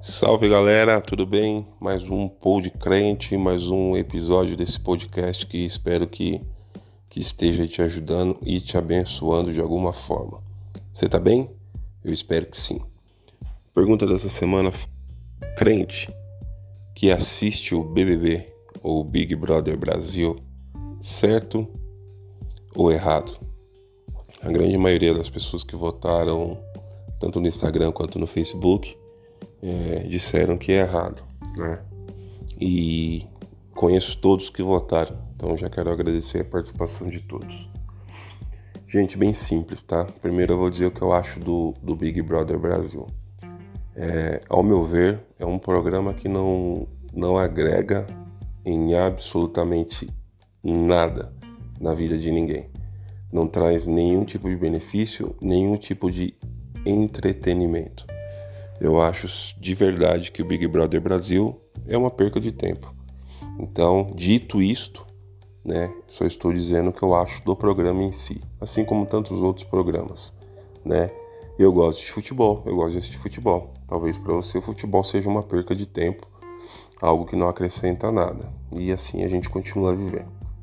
Salve galera, tudo bem? Mais um Pod Crente, mais um episódio desse podcast que espero que esteja te ajudando e te abençoando de alguma forma. Você tá bem? Eu espero que sim. Pergunta dessa semana: crente que assiste o BBB ou Big Brother Brasil, certo ou errado? A grande maioria das pessoas que votaram, tanto no Instagram quanto no Facebook, disseram que é errado, né? E conheço todos que votaram, então já quero agradecer a participação de todos. Gente, bem simples, tá? Primeiro eu vou dizer o que eu acho do Big Brother Brasil. Ao meu ver, é um programa que não agrega em absolutamente nada na vida de ninguém. Não traz nenhum tipo de benefício, nenhum tipo de entretenimento. Eu acho de verdade que o Big Brother Brasil é uma perca de tempo. Então, dito isto, né, só estou dizendo o que eu acho do programa em si, assim como tantos outros programas, né? Eu gosto de futebol, eu gosto de assistir futebol. Talvez para você o futebol seja uma perca de tempo, algo que não acrescenta nada. E assim a gente continua a viver.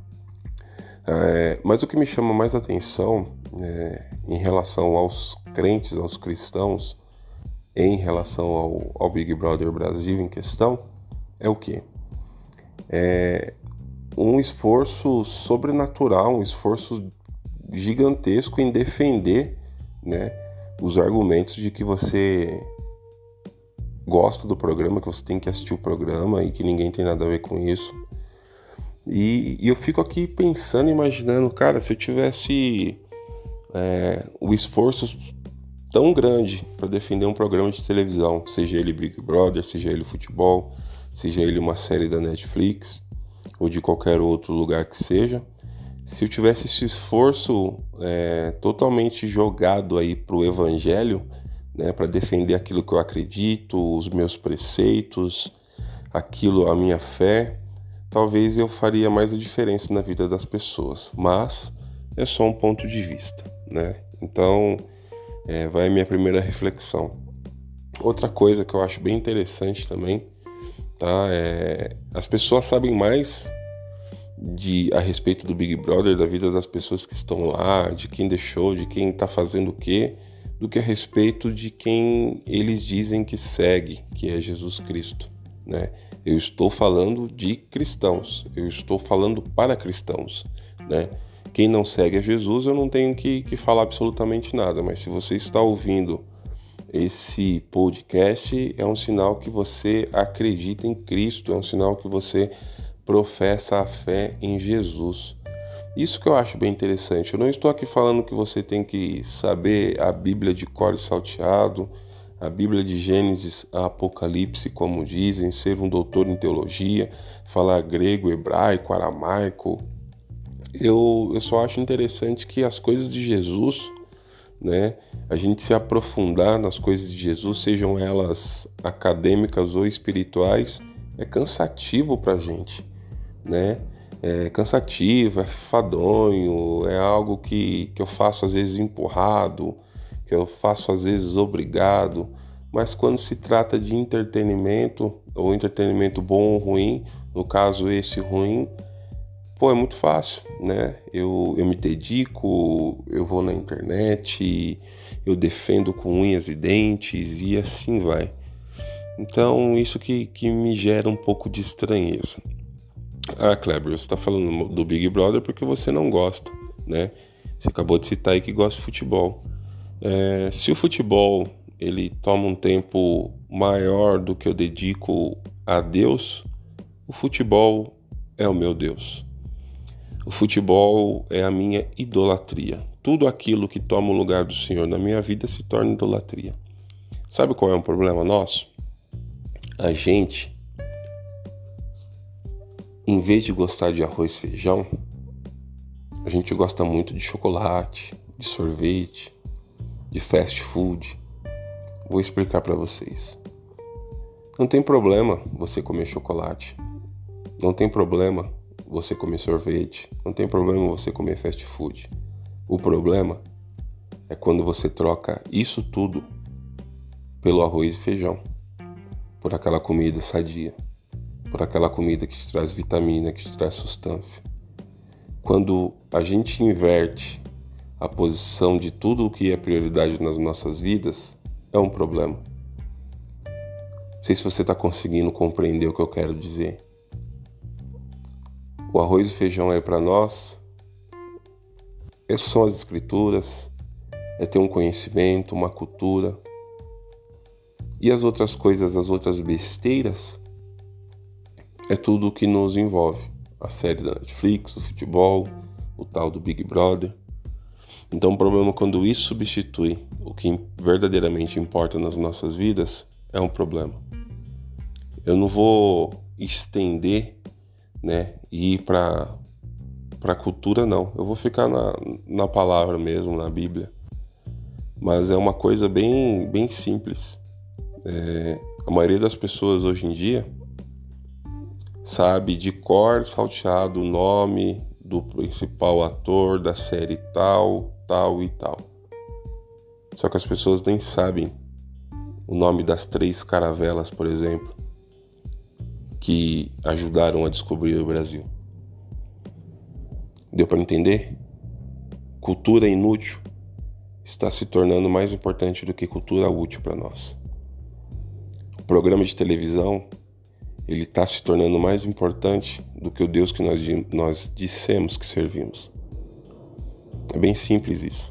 Mas o que me chama mais atenção em relação aos crentes, aos cristãos, em relação ao Big Brother Brasil em questão, é o quê? Um esforço sobrenatural, um esforço gigantesco em defender, né, os argumentos de que você gosta do programa, que você tem que assistir o programa e que ninguém tem nada a ver com isso. E eu fico aqui pensando, imaginando, cara, se eu tivesse o esforço tão grande para defender um programa de televisão, seja ele Big Brother, seja ele futebol, seja ele uma série da Netflix ou de qualquer outro lugar que seja, se eu tivesse esse esforço totalmente jogado aí para o evangelho, né, para defender aquilo que eu acredito, os meus preceitos, aquilo, a minha fé, talvez eu faria mais a diferença na vida das pessoas. Mas é só um ponto de vista, né? Então, vai a minha primeira reflexão. Outra coisa que eu acho bem interessante também, tá? As pessoas sabem mais a respeito do Big Brother, da vida das pessoas que estão lá, de quem deixou, de quem está fazendo o quê, do que a respeito de quem eles dizem que segue, que é Jesus Cristo, né? Eu estou falando de cristãos, eu estou falando para cristãos, né? Quem não segue a Jesus, eu não tenho que falar absolutamente nada, mas se você está ouvindo esse podcast, é um sinal que você acredita em Cristo, é um sinal que você professa a fé em Jesus. Isso que eu acho bem interessante. Eu não estou aqui falando que você tem que saber a Bíblia de cor e salteado, a Bíblia de Gênesis a Apocalipse, como dizem, ser um doutor em teologia, falar grego, hebraico, aramaico. Eu só acho interessante que as coisas de Jesus, né, a gente se aprofundar nas coisas de Jesus, sejam elas acadêmicas ou espirituais, é cansativo pra gente, né? É cansativo, é fadonho, é algo que eu faço às vezes empurrado, que eu faço às vezes obrigado, mas quando se trata de entretenimento, ou entretenimento bom ou ruim, no caso esse ruim, pô, é muito fácil, né? Eu me dedico, eu vou na internet, eu defendo com unhas e dentes e assim vai. Então, isso que me gera um pouco de estranheza. Ah, Kleber, você está falando do Big Brother porque você não gosta, né? Você acabou de citar aí que gosta de futebol. Se o futebol ele toma um tempo maior do que eu dedico a Deus, o futebol é o meu Deus. O futebol é a minha idolatria. Tudo aquilo que toma o lugar do Senhor na minha vida se torna idolatria. Sabe qual é um problema nosso? A gente, em vez de gostar de arroz e feijão, a gente gosta muito de chocolate, de sorvete, de fast food. Vou explicar para vocês. Não tem problema você comer chocolate. Não tem problema você comer sorvete. Não tem problema você comer fast food. O problema é quando você troca isso tudo pelo arroz e feijão. por aquela comida sadia, por aquela comida que te traz vitamina, que te traz substância. Quando a gente inverte a posição de tudo o que é prioridade nas nossas vidas, é um problema. Não sei se você está conseguindo compreender o que eu quero dizer. O arroz e feijão é para nós, essas são as escrituras, é ter um conhecimento, uma cultura. E as outras coisas, as outras besteiras, é tudo o que nos envolve. A série da Netflix, o futebol, o tal do Big Brother. Então o problema é quando isso substitui o que verdadeiramente importa nas nossas vidas, é um problema. Eu não vou estender, e ir para a cultura, não. Eu vou ficar na palavra mesmo, na Bíblia. Mas é uma coisa bem, bem simples. A maioria das pessoas hoje em dia sabe de cor salteado o nome do principal ator da série tal e tal. Só que as pessoas nem sabem o nome das 3 caravelas, por exemplo, que ajudaram a descobrir o Brasil. Deu para entender? Cultura inútil está se tornando mais importante do que cultura útil para nós. O programa de televisão, ele está se tornando mais importante do que o Deus que nós dissemos que servimos. É bem simples isso.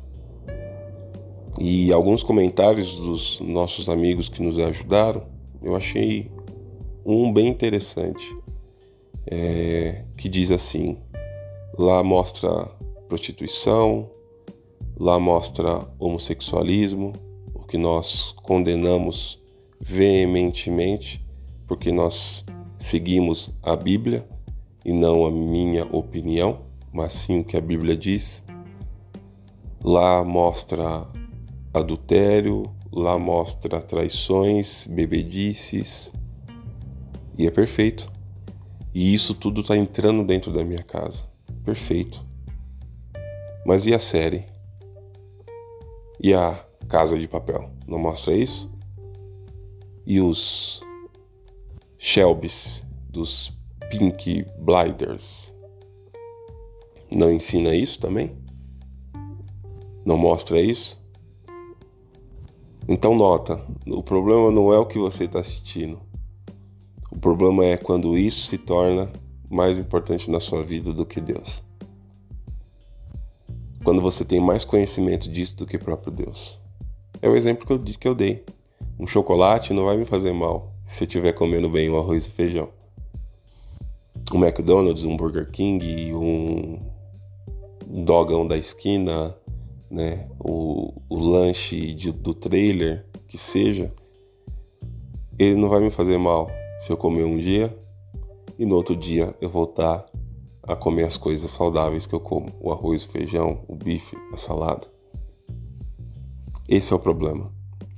E alguns comentários dos nossos amigos que nos ajudaram, eu achei um bem interessante, que diz assim: lá mostra prostituição, lá mostra homossexualismo, o que nós condenamos veementemente, porque nós seguimos a Bíblia e não a minha opinião, mas sim o que a Bíblia diz. Lá mostra adultério, lá mostra traições, bebedices, e é perfeito. E isso tudo está entrando dentro da minha casa. Perfeito. Mas e a série? E a Casa de Papel? Não mostra isso? E os Shelbys dos Pink Blinders? Não ensina isso também? Não mostra isso? Então nota, o problema não é o que você está assistindo. O problema é quando isso se torna mais importante na sua vida do que Deus. Quando você tem mais conhecimento disso do que o próprio Deus. É o exemplo que eu dei. Um chocolate não vai me fazer mal se eu estiver comendo bem um arroz e feijão. Um McDonald's, um Burger King, um dogão da esquina, o lanche do trailer, que seja, ele não vai me fazer mal se eu comer um dia e no outro dia eu voltar a comer as coisas saudáveis que eu como, o arroz, o feijão, o bife, a salada. Esse é o problema.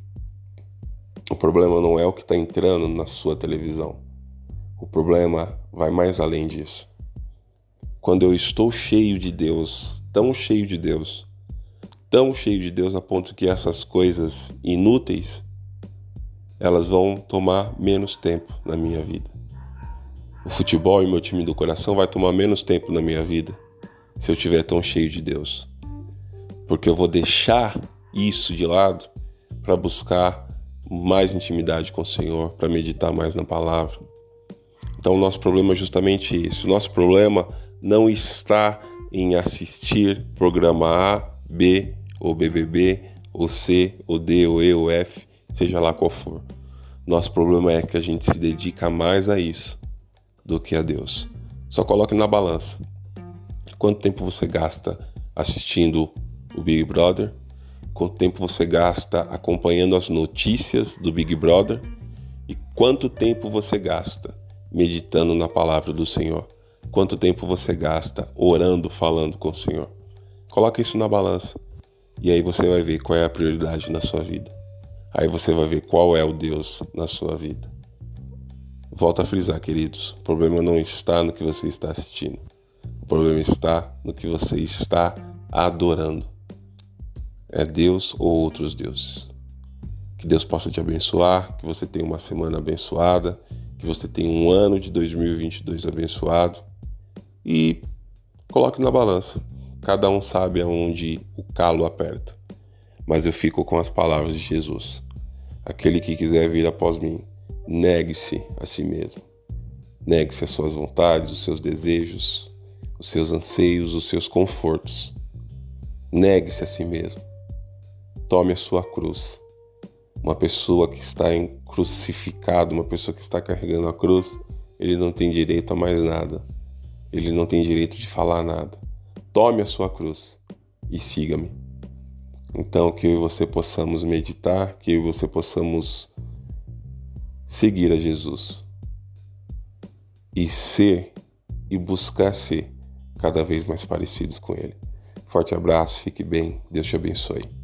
O problema não é o que está entrando na sua televisão. O problema vai mais além disso. Quando eu estou cheio de Deus, tão cheio de Deus a ponto que essas coisas inúteis, elas vão tomar menos tempo na minha vida. O futebol e meu time do coração vai tomar menos tempo na minha vida se eu estiver tão cheio de Deus. Porque eu vou deixar isso de lado para buscar mais intimidade com o Senhor, para meditar mais na palavra. Então o nosso problema é justamente isso. O nosso problema não está em assistir programa A, B, ou BBB, ou C, ou D, ou E, ou F, seja lá qual for. Nosso problema é que a gente se dedica mais a isso do que a Deus. Só coloque na balança. Quanto tempo você gasta assistindo o Big Brother? Quanto tempo você gasta acompanhando as notícias do Big Brother? E quanto tempo você gasta meditando na palavra do Senhor? Quanto tempo você gasta orando, falando com o Senhor? Coloque isso na balança. E aí você vai ver qual é a prioridade na sua vida. Aí você vai ver qual é o Deus na sua vida. Volto a frisar, queridos. O problema não está no que você está assistindo. O problema está no que você está adorando. É Deus ou outros deuses. Que Deus possa te abençoar, que você tenha uma semana abençoada, que você tenha um ano de 2022 abençoado e coloque na balança. Cada um sabe aonde o calo aperta, mas eu fico com as palavras de Jesus. Aquele que quiser vir após mim, negue-se a si mesmo. Negue-se as suas vontades, os seus desejos, os seus anseios, os seus confortos. Negue-se a si mesmo. Tome a sua cruz. Uma pessoa que está crucificado, uma pessoa que está carregando a cruz, ele não tem direito a mais nada. Ele não tem direito de falar nada. Tome a sua cruz e siga-me. Então, que eu e você possamos meditar, que eu e você possamos seguir a Jesus e ser e buscar ser cada vez mais parecidos com Ele. Forte abraço, fique bem, Deus te abençoe.